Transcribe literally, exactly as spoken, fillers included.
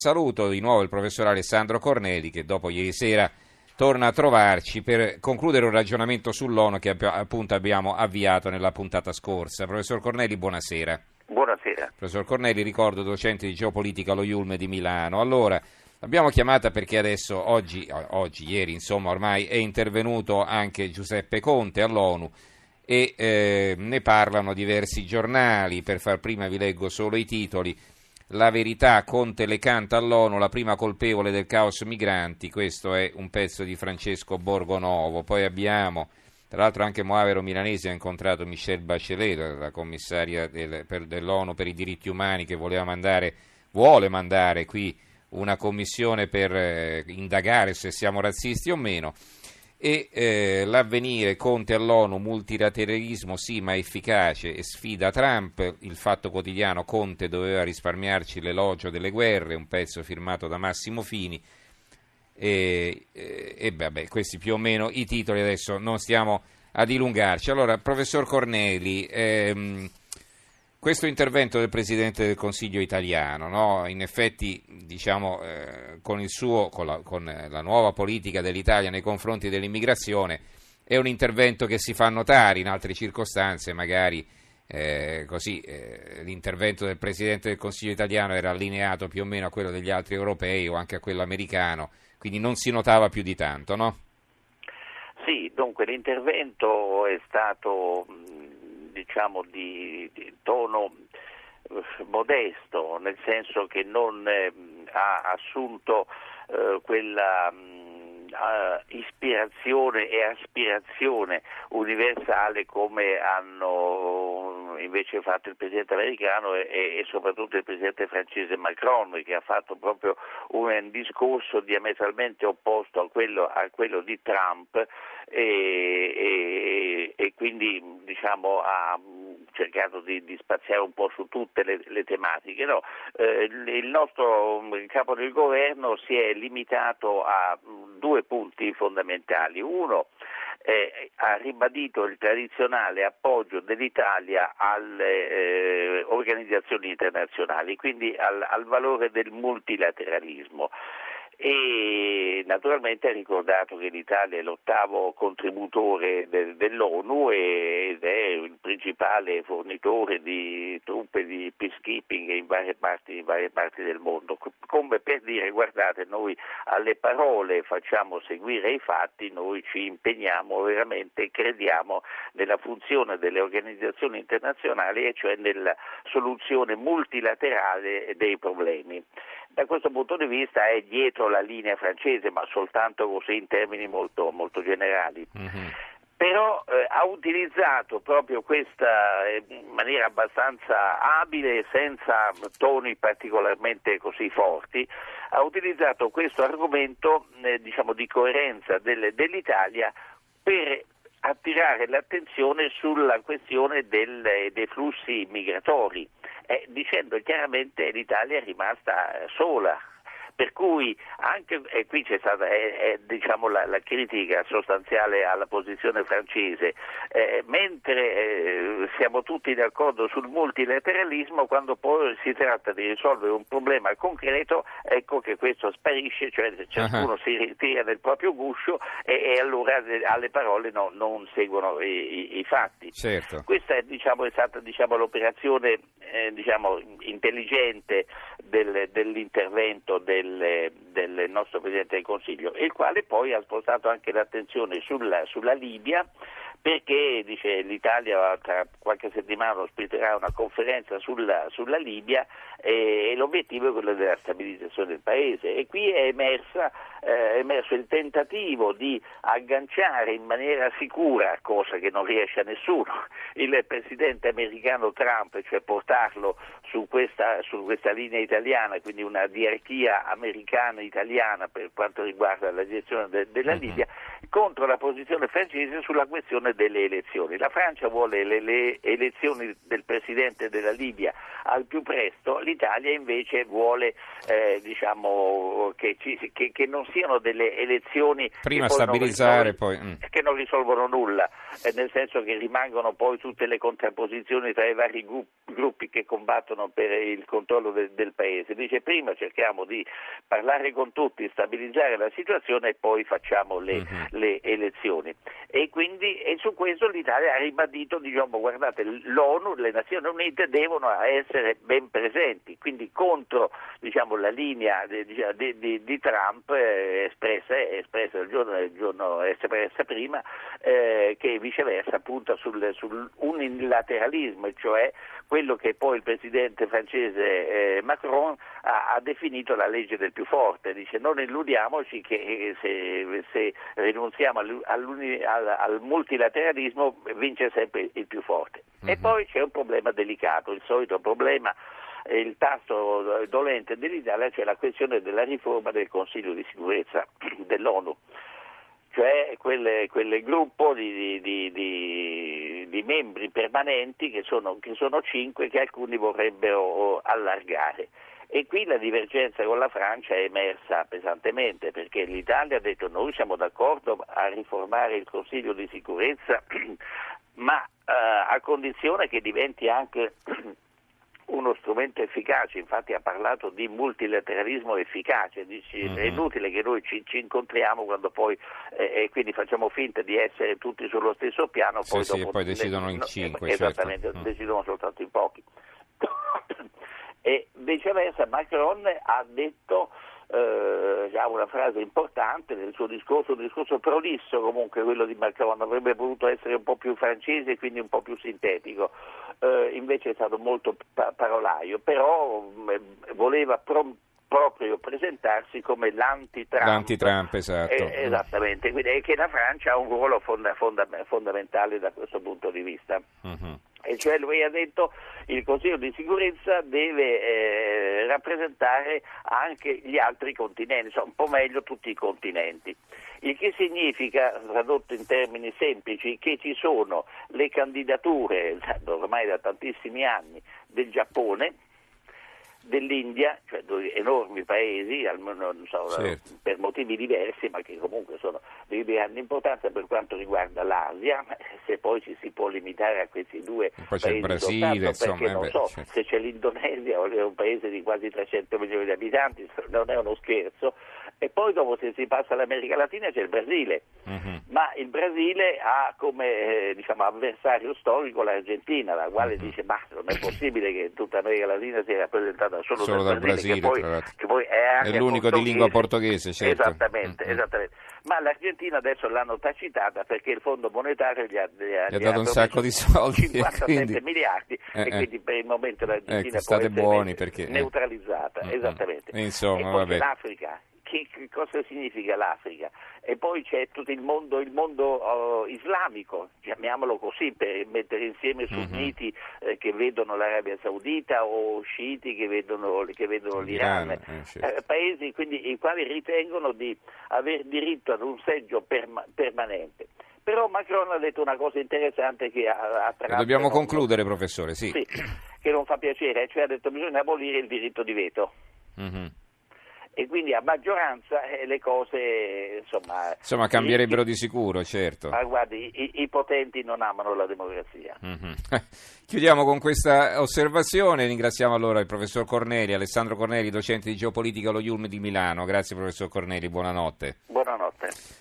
Saluto di nuovo il professor Alessandro Corneli che dopo ieri sera torna a trovarci per concludere un ragionamento sull'ONU che appunto abbiamo avviato nella puntata scorsa. Professor Corneli, buonasera. Buonasera. Professor Corneli, ricordo, docente di geopolitica allo IULM di Milano. Allora, l'abbiamo chiamata perché adesso, oggi, oggi, ieri, insomma, ormai è intervenuto anche Giuseppe Conte all'ONU e eh, ne parlano diversi giornali. Per far prima vi leggo solo i titoli. La verità, Conte le canta all'ONU, la prima colpevole del caos migranti. Questo è un pezzo di Francesco Borgonovo. Poi abbiamo, tra l'altro anche Moavero Milanesi ha incontrato Michelle Bachelet, la commissaria del, per, dell'ONU per i diritti umani, che voleva mandare, vuole mandare qui una commissione per eh, indagare se siamo razzisti o meno. E eh, l'Avvenire, Conte all'ONU, multilateralismo sì ma efficace e sfida Trump. Il Fatto Quotidiano, Conte doveva risparmiarci l'elogio delle guerre, un pezzo firmato da Massimo Fini. E, e, e vabbè, questi più o meno i titoli, adesso non stiamo a dilungarci. Allora, professor Corneli, ehm, questo intervento del Presidente del Consiglio italiano, no? In effetti, diciamo, eh, con, il suo, con, la, con la nuova politica dell'Italia nei confronti dell'immigrazione, è un intervento che si fa notare. In altre circostanze, magari eh, così, eh, l'intervento del Presidente del Consiglio italiano era allineato più o meno a quello degli altri europei o anche a quello americano, quindi non si notava più di tanto, no? Sì, dunque l'intervento è stato, diciamo, di, di tono eh, modesto, nel senso che non eh, ha assunto eh, quella mh, ispirazione e aspirazione universale come hanno invece fatto il presidente americano e, e soprattutto il presidente francese Macron, che ha fatto proprio un discorso diametralmente opposto a quello, a quello di Trump e, e, e quindi, diciamo, ha cercato di, di spaziare un po' su tutte le, le tematiche. No, eh, il nostro il capo del governo si è limitato a due punti fondamentali. Uno, eh, ha ribadito il tradizionale appoggio dell'Italia alle eh, organizzazioni internazionali, quindi al, al valore del multilateralismo. E naturalmente ha ricordato che l'Italia è l'ottavo contributore del, dell'ONU ed è il principale fornitore di truppe di peacekeeping in varie parti, in varie parti del mondo, come per dire: guardate, noi alle parole facciamo seguire i fatti, noi ci impegniamo veramente e crediamo nella funzione delle organizzazioni internazionali, e cioè nella soluzione multilaterale dei problemi. Da questo punto di vista è dietro la linea francese, ma soltanto così in termini molto, molto generali. Mm-hmm. Però eh, ha utilizzato proprio questa eh, in maniera abbastanza abile, senza toni particolarmente così forti, ha utilizzato questo argomento eh, diciamo di coerenza del, dell'Italia per attirare l'attenzione sulla questione del, dei flussi migratori, eh, dicendo chiaramente che l'Italia è rimasta sola. Per cui anche, e qui c'è stata è, è, diciamo la, la critica sostanziale alla posizione francese, eh, mentre eh, siamo tutti d'accordo sul multilateralismo, quando poi si tratta di risolvere un problema concreto, ecco che questo sparisce, cioè ciascuno uh-huh. si ritira del proprio guscio e, e allora alle parole no, non seguono i, i, i fatti. Certo. Questa è, diciamo, è stata diciamo, l'operazione eh, diciamo, intelligente del, dell'intervento del del nostro Presidente del Consiglio, il quale poi ha spostato anche l'attenzione sulla, sulla Libia, perché dice l'Italia tra qualche settimana ospiterà una conferenza sulla, sulla Libia e, e l'obiettivo è quello della stabilizzazione del paese, e qui è, emersa, eh, è emerso il tentativo di agganciare in maniera sicura, cosa che non riesce a nessuno, il presidente americano Trump, cioè portarlo su questa, su questa linea italiana, quindi una diarchia americana-italiana per quanto riguarda la gestione de, della Libia, contro la posizione francese sulla questione delle elezioni. La Francia vuole le, le elezioni del Presidente della Libia al più presto, l'Italia invece vuole eh, diciamo che, ci, che, che non siano delle elezioni prima che stabilizzare non, poi mm. che non risolvono nulla, eh, nel senso che rimangono poi tutte le contrapposizioni tra i vari gu- gruppi che combattono per il controllo de- del paese. Dice prima cerchiamo di parlare con tutti, stabilizzare la situazione e poi facciamo le, mm-hmm. le elezioni. E quindi e su questo l'Italia ha ribadito, diciamo, guardate, l'ONU, le Nazioni Unite devono essere ben presenti, quindi contro, diciamo, la linea di, di, di, di Trump eh, espressa, espressa il giorno, il giorno espressa prima, eh, che viceversa punta sul, sul unilateralismo, cioè quello che poi il presidente francese eh, Macron ha, ha definito la legge del più forte. Dice non illudiamoci che se, se rinunziamo al, al, al multilateralismo vince sempre il più forte. Mm-hmm. E poi c'è un problema delicato, il solito problema, il tasto dolente dell'Italia, cioè la questione della riforma del Consiglio di sicurezza dell'ONU, cioè quel, quel gruppo di, di, di, di membri permanenti che sono, che sono cinque, che alcuni vorrebbero allargare. E qui la divergenza con la Francia è emersa pesantemente, perché l'Italia ha detto noi siamo d'accordo a riformare il Consiglio di sicurezza, ma eh, a condizione che diventi anche uno strumento efficace. Infatti ha parlato di multilateralismo efficace, dice mm-hmm. è inutile che noi ci, ci incontriamo quando poi eh, e quindi facciamo finta di essere tutti sullo stesso piano, sì, poi, sì, dopo, e poi decidono le, in no, cinque, esattamente, certo. decidono soltanto in pochi. E viceversa Macron ha detto eh, già una frase importante nel suo discorso, un discorso prolisso comunque quello di Macron, avrebbe potuto essere un po' più francese e quindi un po' più sintetico, eh, invece è stato molto pa- parolaio, però eh, voleva pro- proprio presentarsi come l'anti-Trump. L'anti-Trump, esatto. Eh, esattamente, quindi è che la Francia ha un ruolo fonda- fonda- fondamentale da questo punto di vista. Mm-hmm. E cioè lui ha detto il Consiglio di sicurezza deve eh, rappresentare anche gli altri continenti, insomma un po' meglio tutti i continenti, il che significa, tradotto in termini semplici, che ci sono le candidature ormai da tantissimi anni del Giappone, dell'India, cioè due enormi paesi, almeno, non so, certo. per motivi diversi, ma che comunque sono di grande importanza per quanto riguarda l'Asia, se poi ci si può limitare a questi due poi paesi c'è il Brasile, soltanto, insomma, perché non beh, so certo. se c'è l'Indonesia, è un paese di quasi trecento milioni di abitanti, non è uno scherzo, e poi dopo se si passa all'America Latina c'è il Brasile, mm-hmm. ma il Brasile ha come eh, diciamo, avversario storico l'Argentina, la quale mm-hmm. dice ma non è possibile che tutta l'America Latina sia rappresentata solo, solo dal Brasile, Brasile che, poi, che poi è, anche è l'unico di lingua portoghese, certo. Esattamente, mm-hmm. esattamente. Ma l'Argentina adesso l'hanno tacitata perché il Fondo Monetario gli ha, gli ha, gli ha dato un sacco di soldi, cinquantasette quindi, miliardi eh, e quindi per il momento l'Argentina ecco, può state essere buoni perché, neutralizzata, eh. esattamente. Insomma, e poi vabbè. c'è l'Africa. Che, che cosa significa l'Africa? E poi c'è tutto il mondo, il mondo uh, islamico, chiamiamolo così, per mettere insieme sunniti mm-hmm. eh, che vedono l'Arabia Saudita o sciiti che vedono, che vedono l'Iran, eh, certo. eh, paesi quindi i quali ritengono di aver diritto ad un seggio perma- permanente. Però Macron ha detto una cosa interessante che ha, ha tratto. Dobbiamo non, concludere, professore, sì. sì. Che non fa piacere, cioè ha detto bisogna abolire il diritto di veto. Mm-hmm. E quindi a maggioranza eh, le cose insomma, insomma cambierebbero i, di sicuro, certo. Ma guardi, i, i potenti non amano la democrazia. Mm-hmm. Chiudiamo con questa osservazione, ringraziamo allora il professor Corneli, Alessandro Corneli, docente di geopolitica allo I U L M di Milano. Grazie professor Corneli, buonanotte. Buonanotte.